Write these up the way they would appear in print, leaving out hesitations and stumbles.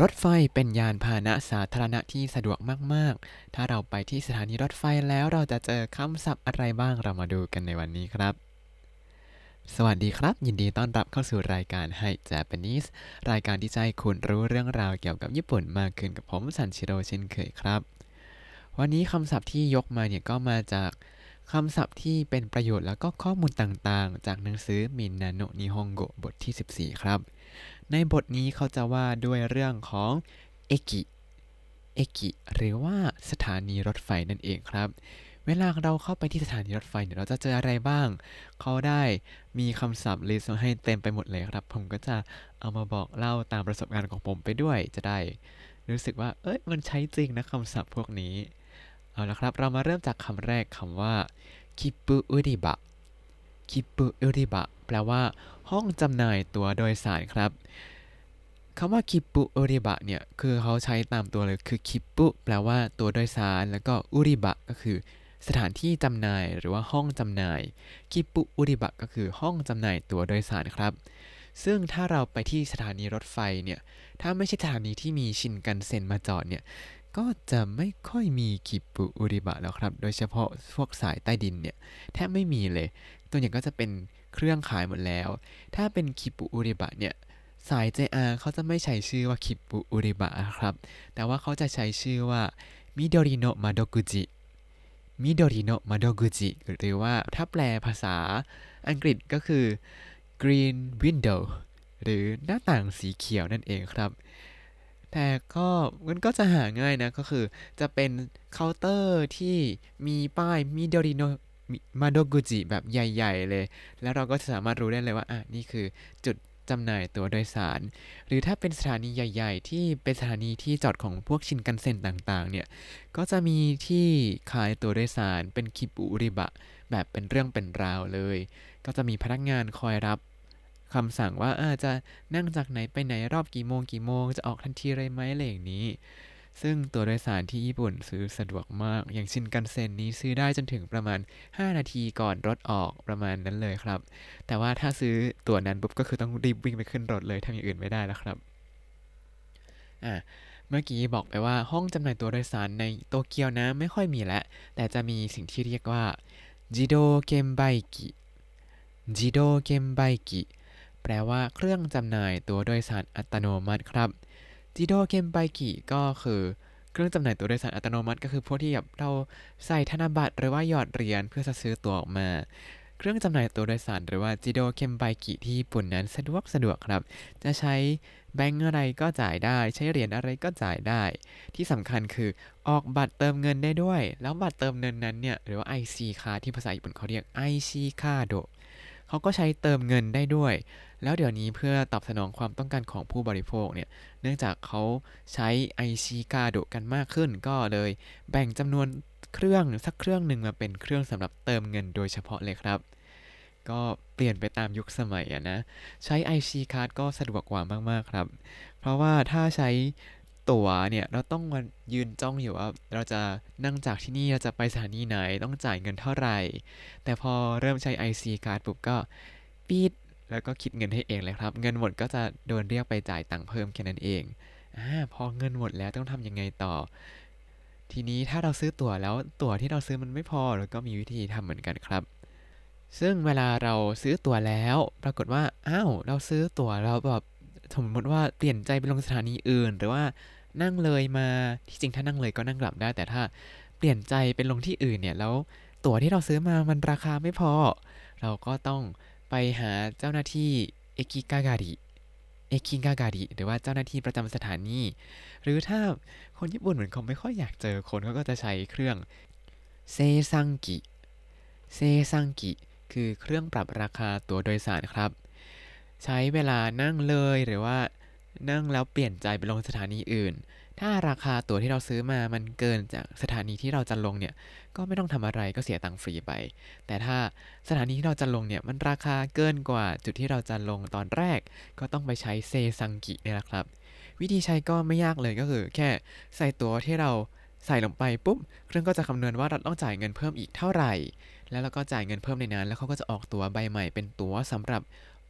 รถไฟเป็นยานพาหนะสาธารณะที่สะดวกมากๆ ถ้าเราไปที่สถานีรถไฟแล้วเราจะเจอคำศัพท์อะไรบ้างเรามาดูกันในวันนี้ครับสวัสดีครับยินดีต้อนรับเข้าสู่รายการ Hi Japanese รายการที่จะให้คุณรู้เรื่องราวเกี่ยวกับญี่ปุ่นมากขึ้นกับผมซันชิโร่เช่นเคยครับวันนี้คำศัพท์ที่ยกมาเนี่ยก็มาจากคำศัพท์ที่เป็นประโยชน์แล้วก็ข้อมูลต่างๆจากหนังสือมินนาโนะนิฮงโกบทที่14ครับในบทนี้เขาจะว่าด้วยเรื่องของเอกิ เอกิหรือว่าสถานีรถไฟนั่นเองครับเวลาเราเข้าไปที่สถานีรถไฟเนี่ยเราจะเจออะไรบ้างเขาได้มีคำศัพท์ลิสต์มาให้เต็มไปหมดเลยครับผมก็จะเอามาบอกเล่าตามประสบการณ์ของผมไปด้วยจะได้รู้สึกว่าเอ้ยมันใช้จริงนะคำศัพท์พวกนี้เอาละครับเรามาเริ่มจากคำแรกคำว่าคิปปุอุริบะคิปปุอุริบะแปลว่าห้องจำหน่ายตั๋วโดยสารครับ คำว่าคิปปุอุริบะเนี่ยคือเขาใช้ตามตัวเลยคือคิปปุแปลว่าตัวโดยสารแล้วก็อุริบะก็คือสถานที่จำหน่ายหรือว่าห้องจำหน่ายคิปปุอุริบะก็คือห้องจำหน่ายตั๋วโดยสารครับซึ่งถ้าเราไปที่สถานีรถไฟเนี่ยถ้าไม่ใช่สถานีที่มีชินคันเซ็นมาจอดเนี่ยก็จะไม่ค่อยมีคิปปุอุริบะแล้วครับโดยเฉพาะพวกสายใต้ดินเนี่ยแทบไม่มีเลยตัวอย่างก็จะเป็นเครื่องขายหมดแล้วถ้าเป็นคิปปุอุริบะเนี่ยสาย JR เขาจะไม่ใช้ชื่อว่าคิปปุอุริบะครับแต่ว่าเขาจะใช้ชื่อว่ามิโดริโนะมาโดกุจิ มิโดริโนะมาโดกุจิหรือว่าถ้าแปลภาษาอังกฤษก็คือ Green Window หรือหน้าต่างสีเขียวนั่นเองครับแต่ก็มันก็จะหาง่ายนะก็คือจะเป็นเคาน์เตอร์ที่มีป้ายมิโดริโนะมาโดกุจิแบบใหญ่ๆเลยแล้วเราก็จะสามารถรู้ได้เลยว่านี่คือจุดจำหน่ายตั๋วโดยสารหรือถ้าเป็นสถานีใหญ่ๆที่เป็นสถานีที่จอดของพวกชินคันเซ็นต่างๆเนี่ย ก็จะมีที่ขายตั๋วโดยสารเป็นคิปุริบะแบบเป็นเรื่องเป็นราวเลยก็จะมีพนักงานคอยรับคำสั่งว่าจะนั่งจากไหนไปไหนรอบกี่โมงจะออกทันทีเลยไหมอะไรอย่างนี้ซึ่งตั๋วโดยสารที่ญี่ปุ่นซื้อสะดวกมากอย่างชินคันเซ็นนี้ซื้อได้จนถึงประมาณ5นาทีก่อนรถออกประมาณนั้นเลยครับแต่ว่าถ้าซื้อตั๋วนั้นปุ๊บก็คือต้องรีบวิ่งไปขึ้นรถเลยทำอย่างอื่นไม่ได้แล้วครับอ่ะ เมื่อกี้บอกไปว่าห้องจำหน่ายตั๋วโดยสารในโตเกียวนะไม่ค่อยมีแล้วแต่จะมีสิ่งที่เรียกว่าจิโดเกมไบกิจิโดเกมไบกิแปลว่าเครื่องจำหน่ายตั๋วโดยสารอัตโนมัติครับจิโดเกมไบกิก็คือเครื่องจำหน่ายตั๋วโดยสารอัตโนมัติก็คือพวกที่แบบเราใส่ธนบัตรหรือว่าหยอดเหรียญเพื่อจะซื้อตั๋วออกมาเครื่องจำหน่ายตั๋วโดยสารหรือว่าจิโดเกมไบกิที่ญี่ปุ่นนั้นสะดวกครับจะใช้ แบงก์อะไรก็จ่ายได้ใช้เหรียญอะไรก็จ่ายได้ที่สำคัญคือออกบัตรเติมเงินได้ด้วยแล้วบัตรเติมเงินนั้นเนี่ยหรือว่า IC Card ที่ภาษาญี่ปุ่นเขาเรียก IC Card เขาก็ใช้เติมเงินได้ด้วยแล้วเดี๋ยวนี้เพื่อตอบสนองความต้องการของผู้บริโภคเนี่ยเนื่องจากเขาใช้ IC Card กันมากขึ้นก็เลยแบ่งจำนวนเครื่องสักเครื่องหนึ่งมาเป็นเครื่องสำหรับเติมเงินโดยเฉพาะเลยครับ ก็เปลี่ยนไปตามยุคสมัยอะนะใช้ IC Card ก็สะดวกกว่ามากๆครับเพราะว่าถ้าใช้ตั๋วเนี่ยเราต้องมายืนจ้องอยู่ว่าเราจะนั่งจากที่นี่เราจะไปสถานีไหนต้องจ่ายเงินเท่าไหร่แต่พอเริ่มใช้ IC Card ปุ๊บก็ปี๊ดแล้วก็คิดเงินให้เองเลยครับเงินหมดก็จะโดนเรียกไปจ่ายตังค์เพิ่มแค่นั้นเองพอเงินหมดแล้วต้องทำยังไงต่อทีนี้ถ้าเราซื้อตั๋วแล้วตั๋วที่เราซื้อมันไม่พอเราก็มีวิธีทำเหมือนกันครับ ซึ่งเวลาเราซื้อตั๋วแล้วปรากฏว่าเราซื้อตั๋วเราแบบสมมติว่าเปลี่ยนใจไปลงสถานีอื่นหรือว่านั่งเลยมาที่จริงถ้านั่งเลยก็นั่งกลับได้แต่ถ้าเปลี่ยนใจไปลงที่อื่นเนี่ยแล้วตั๋วที่เราซื้อมามันราคาไม่พอเราก็ต้องไปหาเจ้าหน้าที่เอกิกากาดิเอกิกากาดิหรือว่าเจ้าหน้าที่ประจำสถานีหรือถ้าคนญี่ปุ่นเหมือนเขาไม่ค่อยอยากเจอคนเขาก็จะใช้เครื่องเซซังกิ เซซังกิคือเครื่องปรับราคาตั๋วโดยสารครับใช้เวลานั่งเลยหรือว่านั่งแล้วเปลี่ยนใจไปลงสถานีอื่นถ้าราคาตั๋วที่เราซื้อมามันเกินจากสถานีที่เราจะลงเนี่ยก็ไม่ต้องทำอะไรก็เสียตังค์ฟรีไปแต่ถ้าสถานีที่เราจะลงเนี่ยมันราคาเกินกว่าจุดที่เราจะลงตอนแรกก็ต้องไปใช้เซซังกิเนี่ยแหละครับวิธีใช้ก็ไม่ยากเลยก็คือแค่ใส่ตั๋วที่เราใส่ลงไปปุ๊บเครื่องก็จะคำนวณว่าเราต้องจ่ายเงินเพิ่มอีกเท่าไหร่ แล้วเราก็จ่ายเงินเพิ่มในนั้นแล้วเขาก็จะออกตั๋วใบใหม่เป็นตั๋วสำหรับ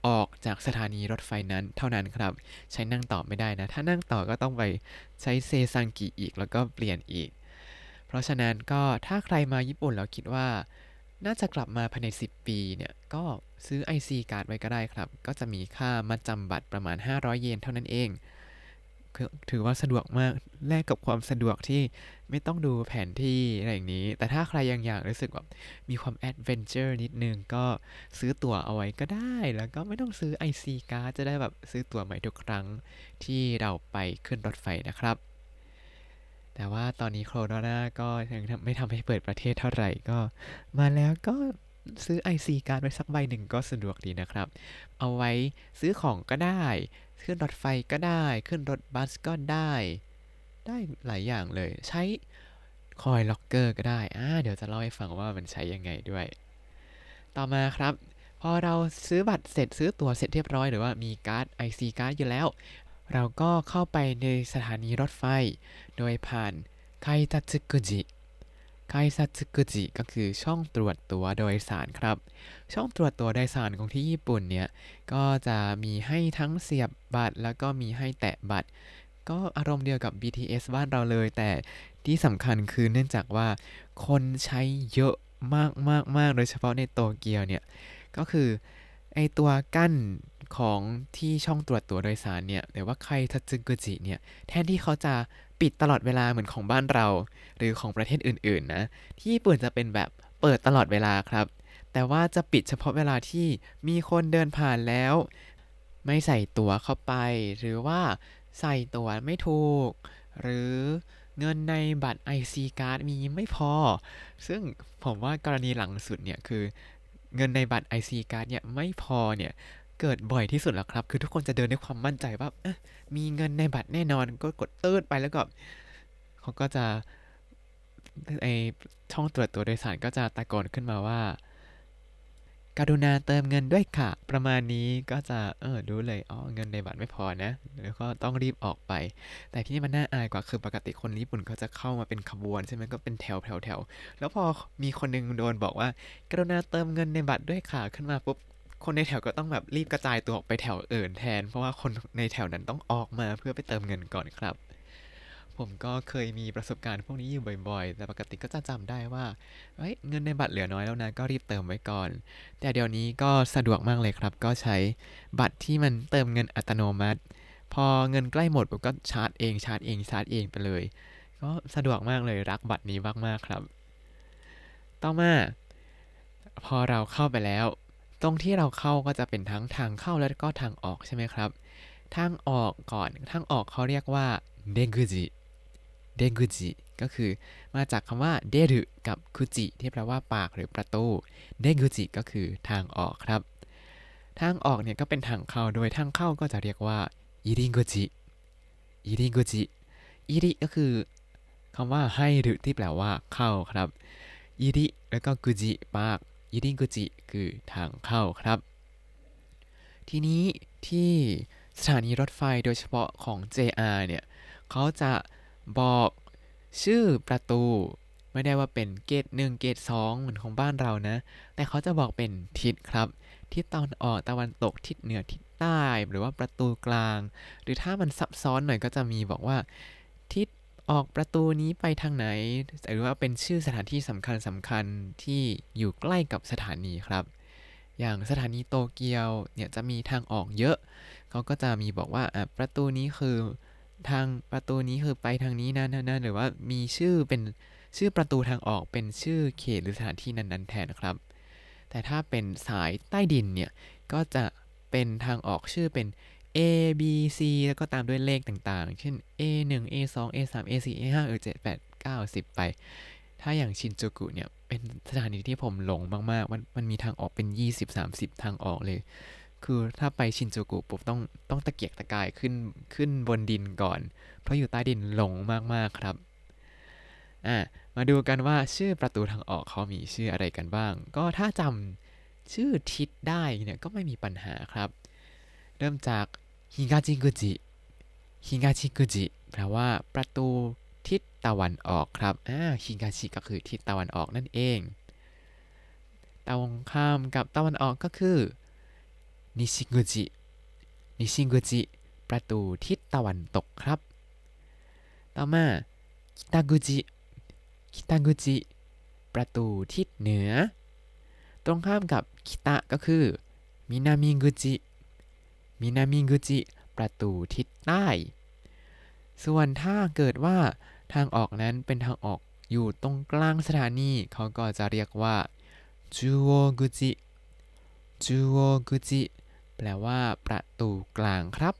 ออกจากสถานีรถไฟนั้นเท่านั้นครับใช้นั่งต่อไม่ได้นะถ้านั่งต่อก็ต้องไปใช้เซซังกิอีกแล้วก็เปลี่ยนอีกเพราะฉะนั้นก็ถ้าใครมาญี่ปุ่นแล้วคิดว่าน่าจะกลับมาภายใน10ปีเนี่ยก็ซื้อ IC การ์ดไว้ก็ได้ครับก็จะมีค่ามัดจำบัตรประมาณ500เยนเท่านั้นเองถือว่าสะดวกมากแลกกับความสะดวกที่ไม่ต้องดูแผนที่อะไรอย่างนี้แต่ถ้าใครยังอยากรู้สึกแบบมีความแอดเวนเจอร์นิดนึงก็ซื้อตั๋วเอาไว้ก็ได้แล้วก็ไม่ต้องซื้อ IC การ์ดจะได้แบบซื้อตั๋วใหม่ทุกครั้งที่เราไปขึ้นรถไฟนะครับแต่ว่าตอนนี้โควิดก็ยังไม่ทำให้เปิดประเทศเท่าไหร่ก็มาแล้วก็ซื้อ IC การ์ดไว้สักใบหนึ่งก็สะดวกดีนะครับเอาไว้ซื้อของก็ได้ขึ้นรถไฟก็ได้ขึ้นรถบัสก็ได้หลายอย่างเลยใช้คอยล็อกเกอร์ก็ได้เดี๋ยวจะเล่าให้ฟังว่ามันใช้ยังไงด้วยต่อมาครับพอเราซื้อบัตรเสร็จซื้อตั๋วเสร็จเรียบร้อยหรือว่ามีการ์ด IC การ์ดอยู่แล้วเราก็เข้าไปในสถานีรถไฟโดยผ่านไคทัตสึกุจิไคทัตสึกุจิก็คือช่องตรวจตั๋วโดยสารครับช่องตรวจตั๋วโดยสารของที่ญี่ปุ่นเนี่ยก็จะมีให้ทั้งเสียบบัตรแล้วก็มีให้แตะบัตรก็อารมณ์เดียวกับ BTS บ้านเราเลยแต่ที่สำคัญคือเนื่องจากว่าคนใช้เยอะมากโดยเฉพาะในโตเกียวเนี่ยก็คือไอตัวกั้นของที่ช่องตรวจตั๋วโดยสารเนี่ยหรือว่าไคทัตสึกุจิเนี่ยแทนที่เขาจะปิดตลอดเวลาเหมือนของบ้านเราหรือของประเทศอื่นๆนะที่ญี่ปุ่นจะเป็นแบบเปิดตลอดเวลาครับแต่ว่าจะปิดเฉพาะเวลาที่มีคนเดินผ่านแล้วไม่ใส่ตั๋วเข้าไปหรือว่าใส่ตั๋วไม่ถูกหรือเงินในบัตร IC Card มีไม่พอซึ่งผมว่ากรณีหลังสุดเนี่ยคือเงินในบัตร IC Card เนี่ยไม่พอเนี่ยเกิดบ่อยที่สุดแล้วครับคือทุกคนจะเดินด้วยความมั่นใจว่ามีเงินในบัตรแน่นอนก็กดตืดไปแล้วก็เขาก็จะไอช่องตรวจตัวโดยสารก็จะตะโกนขึ้นมาว่ากรุณาเติมเงินด้วยค่ะประมาณนี้ก็จะรู้เลยเงินในบัตรไม่พอนะแล้วก็ต้องรีบออกไปแต่ที่นี่มันน่าอายกว่าคือปกติคนญี่ปุ่นเขาจะเข้ามาเป็นขบวนใช่ไหมก็เป็นแถวแล้วพอมีคนนึงโดนบอกว่ากรุณาเติมเงินในบัตรด้วยค่ะขึ้นมาปุ๊บคนในแถวก็ต้องแบบรีบกระจายตัวออกไปแถวอื่นแทนเพราะว่าคนในแถวนั้นต้องออกมาเพื่อไปเติมเงินก่อนครับ ผมก็เคยมีประสบการณ์พวกนี้อยู่บ่อยๆ แต่ปกติก็จะจำได้ว่าเงินในบัตรเหลือน้อยแล้วนะก็รีบเติมไว้ก่อน แต่เดี๋ยวนี้ก็สะดวกมากเลยครับ ก็ใช้บัตรที่มันเติมเงินอัตโนมัติ พอเงินใกล้หมดผมก็ชาร์จเองไปเลย ก็สะดวกมากเลยรักบัตรนี้มากๆครับ ต่อมาพอเราเข้าไปแล้ว ตรงที่เราเข้าก็จะเป็นทั้งทางเข้าแล้วก็ทางออกใช่ไหมครับ ทางออกก่อนทางออกเขาเรียกว่าเดกุจิ เดกุจิก็คือมาจากคำว่าเดรุกับคุจิที่แปลว่าปากหรือประตูเดกุจิก็คือทางออกครับทางออกเนี่ยก็เป็นทางเข้าโดยทางเข้าก็จะเรียกว่าอิริกุจิอิริกุจิอิริก็คือคำว่าให้หรือที่แปลว่าเข้าครับอิริแล้วก็กุจิปากอิริกุจิคือทางเข้าครับทีนี้ที่สถานีรถไฟโดยเฉพาะของ JR เนี่ยเขาจะบอกชื่อประตูไม่ได้ว่าเป็นเกต1เกต2เหมือนของบ้านเรานะแต่เขาจะบอกเป็นทิศครับทิศตะวันออกตะวันตกทิศเหนือทิศใต้หรือว่าประตูกลางหรือถ้ามันซับซ้อนหน่อยก็จะมีบอกว่าทิศออกประตูนี้ไปทางไหนหรือว่าเป็นชื่อสถานที่สำคัญที่อยู่ใกล้กับสถานีครับอย่างสถานีโตเกียวเนี่ยจะมีทางออกเยอะเขาก็จะมีบอกว่าประตูนี้คือ ทางประตูนี้คือไปทางนี้นะหรือว่ามีชื่อเป็นชื่อประตูทางออกเป็นชื่อเขตหรือสถานที่นั้นๆแทนครับแต่ถ้าเป็นสายใต้ดินเนี่ยก็จะเป็นทางออกชื่อเป็น A B C แล้วก็ตามด้วยเลขต่างๆเช่น A1 A2 A3 A4 A5 A7 8 9 10ไปถ้าอย่างชินจูกุเนี่ยเป็นสถานีที่ผมหลงมากๆมันมีทางออกเป็น20-30ทางออกเลย คือถ้าไปชินจูกุปุ๊บต้องตะเกียกตะกายขึ้นบนดินก่อนเพราะอยู่ใต้ดินหลงมากๆครับมาดูกันว่าชื่อประตูทางออกเขามีชื่ออะไรกันบ้างก็ถ้าจำชื่อทิศได้เนี่ยก็ไม่มีปัญหาครับเริ่มจากฮิกาจิกุจิฮิกาจิกุจิแปลว่าประตูทิศตะวันออกครับฮิกาชิก็คือทิศตะวันออกนั่นเองตรงข้ามกับตะวันออกก็คือนิชิกุจินิชิกุจิประตูทิศตะวันตกครับต่อมาคิตากุจิคิตากุจิประตูทิศเหนือตรงข้ามกับคิตะก็คือมินามิกุจิมินามิกุจิประตูทิศใต้ส่วนถ้าเกิดว่าทางออกนั้นเป็นทางออกอยู่ตรงกลางสถานีเขาก็จะเรียกว่าจูโอกุจิจูโอกุจิแปลว่าประตูกลางครับ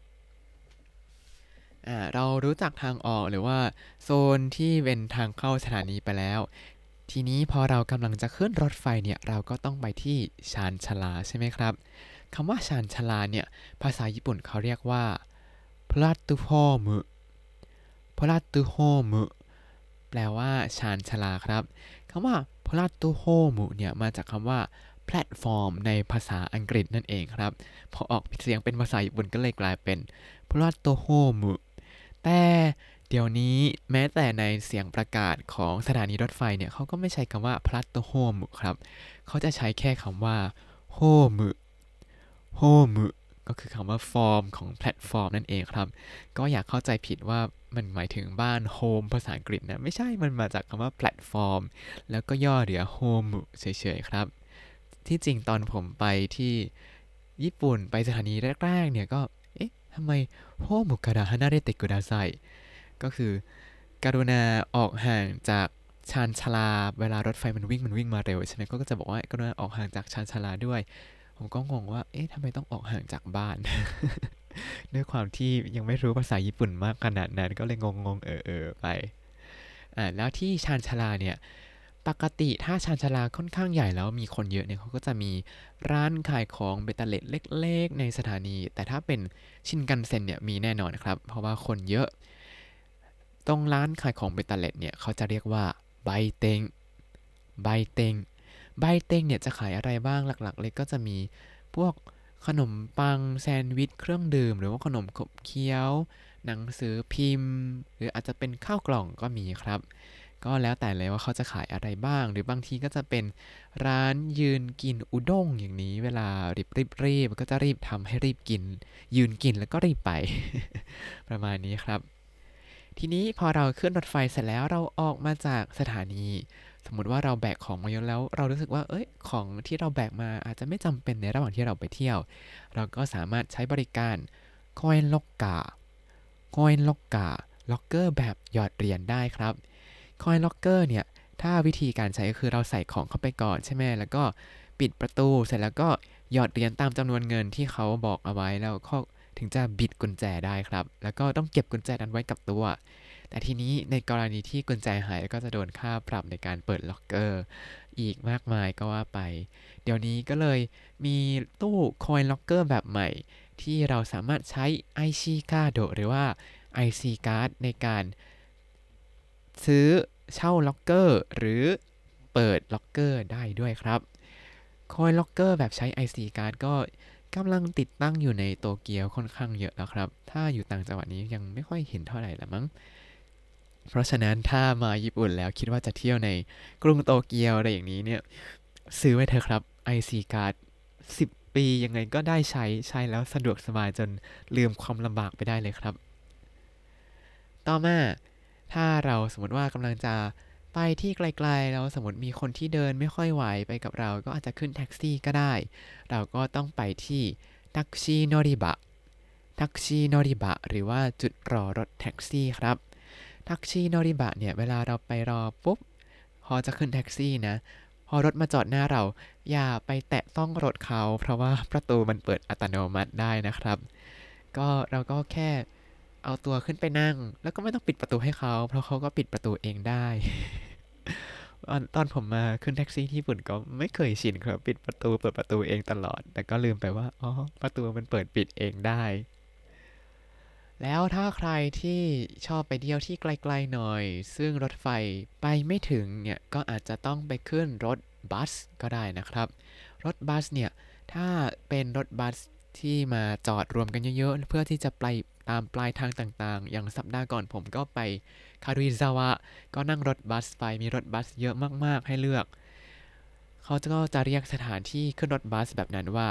เรารู้จักทางออกหรือว่าโซนที่เป็นทางเข้าสถานีไปแล้วทีนี้พอเรากำลังจะขึ้นรถไฟเนี่ยเราก็ต้องไปที่ชานชาลาใช่ไหมครับคำว่าชานชาลาเนี่ยภาษาญี่ปุ่นเขาเรียกว่าพลาตฟอร์มพลาตฟอร์มแปลว่าชานชาลาครับคำว่าพลาตฟอร์มเนี่ยมาจากคำว่าแพลตฟอร์มในภาษาอังกฤษนั่นเองครับพอออกเสียงเป็นภาษาญี่ปุ่นก็เลยกลายเป็นพลาตฟอร์มแต่เดี๋ยวนี้แม้แต่ในเสียงประกาศของสถานีรถไฟเนี่ยเขาก็ไม่ใช้คำว่าพลาตฟอร์มครับเขาจะใช้แค่คำว่าโฮมโฮมก็คือคำว่าฟอร์มของแพลตฟอร์มนั่นเองครับก็อยากเข้าใจผิดว่ามันหมายถึงบ้านโฮมภาษาอังกฤษนะไม่ใช่มันมาจากคำว่าแพลตฟอร์มแล้วก็ย่อเหลือโฮมเฉยๆครับที่จริงตอนผมไปที่ญี่ปุ่นไปสถานีแรกๆเนี่ยก็เอ๊ะทำไมโฮมから離れてくださいก็คือกรุณาออกห่างจากชานชาลาเวลารถไฟมันวิ่งมาเร็วใช่ไหมก็จะบอกว่ากรุณาออกห่างจากชานชาลาด้วยผมก็งงว่าเอ๊ะทำไมต้องออกห่างจากบ้าน ด้วยความที่ยังไม่รู้ภาษาญี่ปุ่นมากขนาดนั้นก็เลยงงไปแล้วที่ชานชาลาเนี่ยปกติถ้าชานชาลาค่อนข้างใหญ่แล้วมีคนเยอะเนี่ยเขาก็จะมีร้านขายของเบตเตอร์เล็ตเล็กๆในสถานีแต่ถ้าเป็นชินคันเซ็นเนี่ยมีแน่นอนครับเพราะว่าคนเยอะตรงร้านขายของเบตเตอร์เล็ตเนี่ยเขาจะเรียกว่าไบเต็งไบเต็งไบเต็งเนี่ยจะขายอะไรบ้างหลักๆเลยก็จะมีพวกขนมปังแซนด์วิชเครื่องดื่มหรือว่าขนมขบเคี้ยวหนังสือพิมพ์หรืออาจจะเป็นข้าวกล่องก็มีครับก็แล้วแต่เลยว่าเขาจะขายอะไรบ้างหรือบางทีก็จะเป็นร้านยืนกินอุด้งอย่างนี้เวลารีบก็จะรีบทำให้รีบกินยืนกินแล้วก็รีบไป ประมาณนี้ครับทีนี้พอเราขึ้นรถไฟเสร็จแล้วเราออกมาจากสถานีสมมุติว่าเราแบกของมาเยอะแล้วเรารู้สึกว่าเอ้ยของที่เราแบกมาอาจจะไม่จำเป็นในระหว่างที่เราไปเที่ยวเราก็สามารถใช้บริการคอยล็อกกาคอยล็อกกาล็อกเกอร์แบบหยอดเหรียญได้ครับคอยล็อกเกอร์เนี่ยถ้าวิธีการใช้ก็คือเราใส่ของเข้าไปก่อนใช่ไหมแล้วก็ปิดประตูเสร็จแล้วก็หยอดเหรียญตามจำนวนเงินที่เขาบอกเอาไว้แล้วก็ถึงจะบิดกุญแจได้ครับแล้วก็ต้องเก็บกุญแจนั้นไว้กับตัวแต่ทีนี้ในกรณีที่กุญแจหายก็จะโดนค่าปรับในการเปิดล็อกเกอร์อีกมากมายก็ว่าไปเดี๋ยวนี้ก็เลยมีตู้คอยล็อกเกอร์แบบใหม่ที่เราสามารถใช้ IC Card หรือว่า IC Card ในการซื้อเช่าล็อกเกอร์หรือเปิดล็อกเกอร์ได้ด้วยครับคอยล็อกเกอร์แบบใช้ IC Card ก็กำลังติดตั้งอยู่ในโตเกียวค่อนข้างเยอะแล้วครับถ้าอยู่ต่างจังหวัดนี้ยังไม่ค่อยเห็นเท่าไหร่ละมั้งเพราะฉะนั้นถ้ามาญี่ปุ่นแล้วคิดว่าจะเที่ยวในกรุงโตเกียวอะไรอย่างนี้เนี่ยซื้อไว้เถอะครับ IC Card 10 ปียังไงก็ได้ใช้แล้วสะดวกสบายจนลืมความลำบากไปได้เลยครับต่อมาถ้าเราสมมติว่ากำลังจะไปที่ไกลๆแล้วสมมติมีคนที่เดินไม่ค่อยไหวไปกับเราก็อาจจะขึ้นแท็กซี่ก็ได้เราก็ต้องไปที่แท็กซี่โนริบะแท็กซี่โนริบะหรือว่าจุดรอรถแท็กซี่ครับแท็กซี่โนริบะเนี่ยเวลาเราไปรอปุ๊บพอจะขึ้นแท็กซี่นะพอรถมาจอดหน้าเราอย่าไปแตะต้องรถเขาเพราะว่าประตูมันเปิดอัตโนมัติได้นะครับก็เราก็แค่เอาตัวขึ้นไปนั่งแล้วก็ไม่ต้องปิดประตูให้เขาเพราะเขาก็ปิดประตูเองได้ตอนผมมาขึ้นแท็กซี่ที่ญี่ปุ่นก็ไม่เคยชินครับปิดประตูเปิดประตูเองตลอดแต่ก็ลืมไปว่าอ๋อประตูมันเปิดปิดเองได้แล้วถ้าใครที่ชอบไปเที่ยวที่ไกลๆหน่อยซึ่งรถไฟไปไม่ถึงเนี่ยก็อาจจะต้องไปขึ้นรถบัสก็ได้นะครับรถบัสเนี่ยถ้าเป็นรถบัสที่มาจอดรวมกันเยอะๆเพื่อที่จะไปตามปลายทางต่างๆอย่างสัปดาห์ก่อนผมก็ไปคารุอิซาวะก็นั่งรถบัสไปมีรถบัสเยอะมากๆให้เลือกเขาก็จะเรียกสถานที่ขึ้นรถบัสแบบนั้นว่า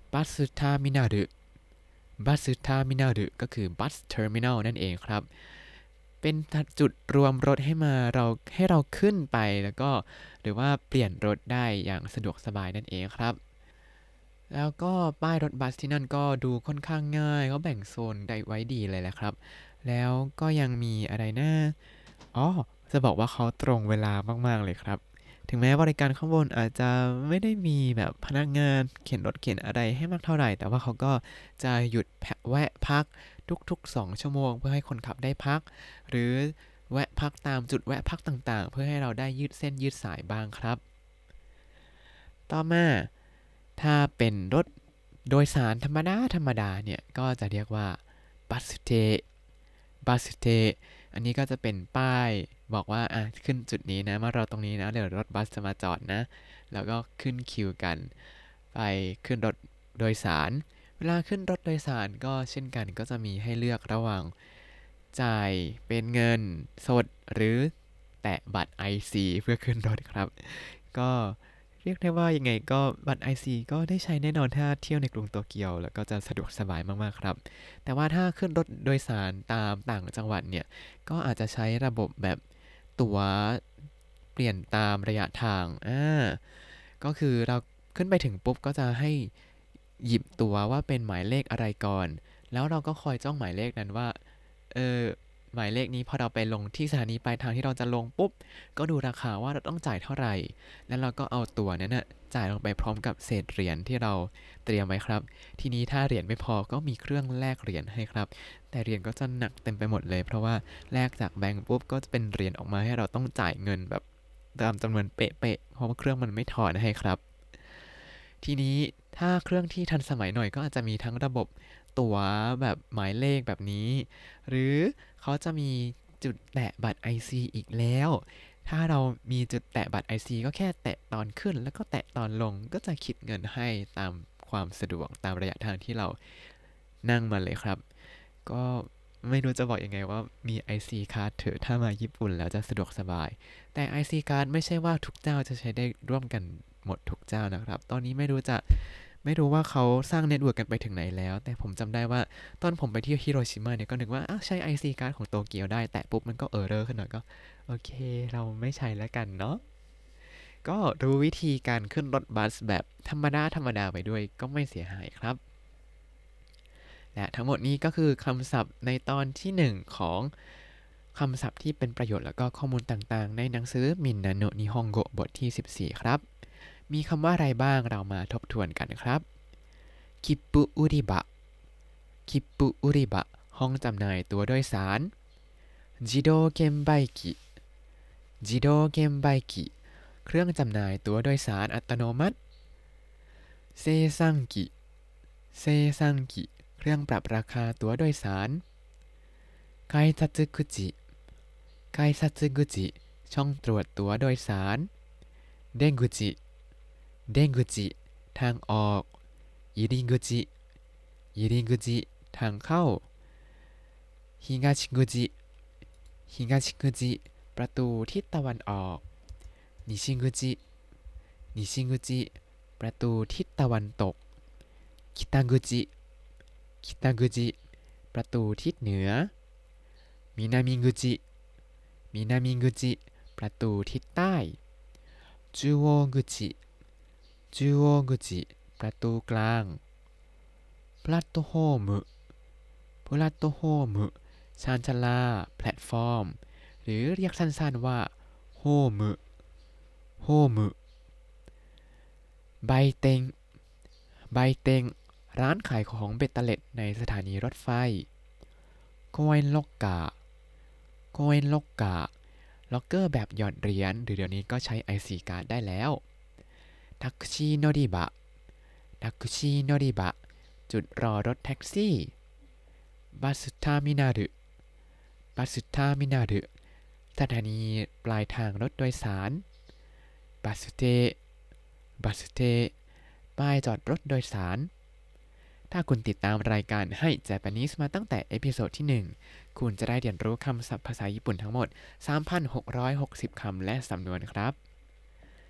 บัสเทอร์มินาลบัสเทอร์มินาลก็คือบัสเทอร์มินัลนั่นเองครับเป็นจุดรวมรถให้เราขึ้นไปแล้วก็หรือว่าเปลี่ยนรถได้อย่างสะดวกสบายนั่นเองครับแล้วก็ป้ายรถบัสที่นั่นก็ดูค่อนข้างง่ายก็แบ่งโซนได้ไว้ดีเลยแหละครับแล้วก็ยังมีอะไรนะอ๋อจะบอกว่าเขาตรงเวลามากๆเลยครับถึงแม้บริการข้างบนอาจจะไม่ได้มีแบบพนักงานเข็นรถเข็นอะไรให้มากเท่าไหร่แต่ว่าเขาก็จะหยุดแวะพักทุกๆ2 ชั่วโมงเพื่อให้คนขับได้พักหรือแวะพักตามจุดแวะพักต่างๆเพื่อให้เราได้ยืดเส้นยืดสายบ้างครับต่อมาถ้าเป็นรถโดยสารธรรมดาเนี่ยก็จะเรียกว่าบัสเทบัสเทอันนี้ก็จะเป็นป้ายบอกว่าขึ้นจุดนี้นะมารอตรงนี้นะเดี๋ยวรถบัสจะมาจอดนะแล้วก็ขึ้นคิวกันไปขึ้นรถโดยสารเวลาขึ้นรถโดยสารก็เช่นกันก็จะมีให้เลือกระหว่างจ่ายเป็นเงินสดหรือแตะบัตร IC เพื่อขึ้นรถครับก็เรียกได้ว่ายังไงก็บัตร IC ก็ได้ใช้แน่นอนถ้าเที่ยวในกรุงโตเกียวแล้วก็จะสะดวกสบายมากๆครับแต่ว่าถ้าขึ้นรถโดยสารตามต่างจังหวัดเนี่ยก็อาจจะใช้ระบบแบบตั๋วเปลี่ยนตามระยะทางก็คือเราขึ้นไปถึงปุ๊บก็จะให้หยิบตั๋วว่าเป็นหมายเลขอะไรก่อนแล้วเราก็คอยจ้องหมายเลขนั้นว่าหมายเลขนี้พอเราไปลงที่สถานีปลายทางที่เราจะลงปุ๊บก็ดูราคาว่าเราต้องจ่ายเท่าไหร่แล้วเราก็เอาตั๋วนั้นน่ะจ่ายลงไปพร้อมกับเศษเหรียญที่เราเตรียมไว้ครับทีนี้ถ้าเหรียญไม่พอก็มีเครื่องแลกเหรียญให้ครับแต่เหรียญก็จะหนักเต็มไปหมดเลยเพราะว่าแลกจากแบงก์ปุ๊บก็จะเป็นเหรียญออกมาให้เราต้องจ่ายเงินแบบตามจำนวนเป๊ะๆเพราะว่าเครื่องมันไม่ถอนให้ครับทีนี้ถ้าเครื่องที่ทันสมัยหน่อยก็อาจจะมีทั้งระบบตั๋วแบบหมายเลขแบบนี้หรือเขาจะมีจุดแตะบัตร IC อีกแล้วถ้าเรามีจุดแตะบัตร IC ก็แค่แตะตอนขึ้นแล้วก็แตะตอนลงก็จะคิดเงินให้ตามความสะดวกตามระยะทางที่เรานั่งมาเลยครับก็ไม่รู้จะบอกยังไงว่ามี IC card เถอะถ้ามาญี่ปุ่นแล้วจะสะดวกสบายแต่ IC card ไม่ใช่ว่าทุกเจ้าจะใช้ได้ร่วมกันหมดทุกเจ้านะครับตอนนี้ไม่รู้ว่าเขาสร้างเน็ตเวิร์กกันไปถึงไหนแล้วแต่ผมจำได้ว่าตอนผมไปที่ฮิโรชิมาเนี่ยก็นึกว่าใช้ IC card ของโตเกียวได้แต่ปุ๊บมันก็เออร์เรอร์ขึ้นหน่อยก็โอเคเราไม่ใช้แล้วกันเนาะก็รู้วิธีการขึ้นรถบัสแบบธรรมดาไปด้วยก็ไม่เสียหายครับและทั้งหมดนี้ก็คือคำศัพท์ในตอนที่1ของคำศัพท์ที่เป็นประโยชน์แล้วก็ข้อมูลต่างๆในหนังสือมินนาโนะนิฮงโกะบทที่14ครับมีคำว่าอะไรบ้างเรามาทบทวนกันครับคิปปุอุริบะคิปปุอุริบะห้องจำหน่ายตั๋วโดยสารจิโดเกมไบกิจิโดเกมไบกิเครื่องจำหน่ายตั๋วโดยสารอัตโนมัติเซซังกิเซซังกิเครื่องปรับราคาตั๋วโดยสารไคซัตสึกุจิไคซัตสึกุจิช่องตรวจตั๋วโดยสารเดงกุจิเดงกุจิทางออกอิริกุจิอิริกุจิทางเข้าฮิกาชิกุจิฮิกาชิกุจิประตูทิศตะวันออกนิชิกุจินิชิกุจิประตูทิศตะวันตกคิตากุจิคิตากุจิประตูทิศเหนือมินามิกุจิมินามิกุจิประตูทิศใต้จูโอกุจิจูโอกุจิประตูกลางพลัตโตโฮมุพลัตโตโฮมุชานชาลาแพลตฟอร์มหรือเรียกสั้นๆว่าโฮมุโฮมุไบเต็งไบเต็งร้านขายของเบ็ดเตล็ดในสถานีรถไฟโคเอนล็อกกาโคเอนล็อกกาล็อกเกอร์แบบหยอดเหรียญหรือเดี๋ยวนี้ก็ใช้ IC card ได้แล้วแท็กซี่โนริบะแท็กซี่โนริบะจุดรอรถแท็กซี่บัสเทอร์มินาลบัสเทอร์มินาลสถานีปลายทางรถโดยสารบัสเตบัสเตป้ายจอดรถโดยสารถ้าคุณติดตามรายการให้ Japanese มาตั้งแต่เอพิโซดที่1คุณจะได้เรียนรู้คำศัพท์ภาษาญี่ปุ่นทั้งหมด 3,660 คำและสำนวนครับ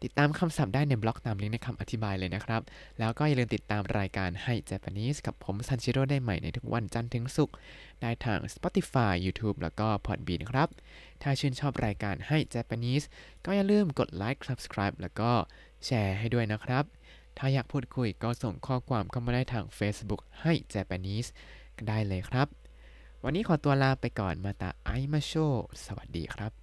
ติดตามคำศัพท์ได้ในบล็อกตามลิงก์ในคำอธิบายเลยนะครับแล้วก็อย่าลืมติดตามรายการให้ Japanese กับผมซันชิโร่ได้ใหม่ในทุกวันจันทร์ถึงศุกร์ได้ทาง Spotify YouTube แล้วก็ Podbean ครับถ้าชื่นชอบรายการให้ Japanese ก็อย่าลืมกดไลค์ Subscribe แล้วก็แชร์ให้ด้วยนะครับถ้าอยากพูดคุยก็ส่งข้อความเข้ามาได้ทาง Facebook ให้ Japanese ก็ได้เลยครับวันนี้ขอตัวลาไปก่อนมาตาไอมาโชสวัสดีครับ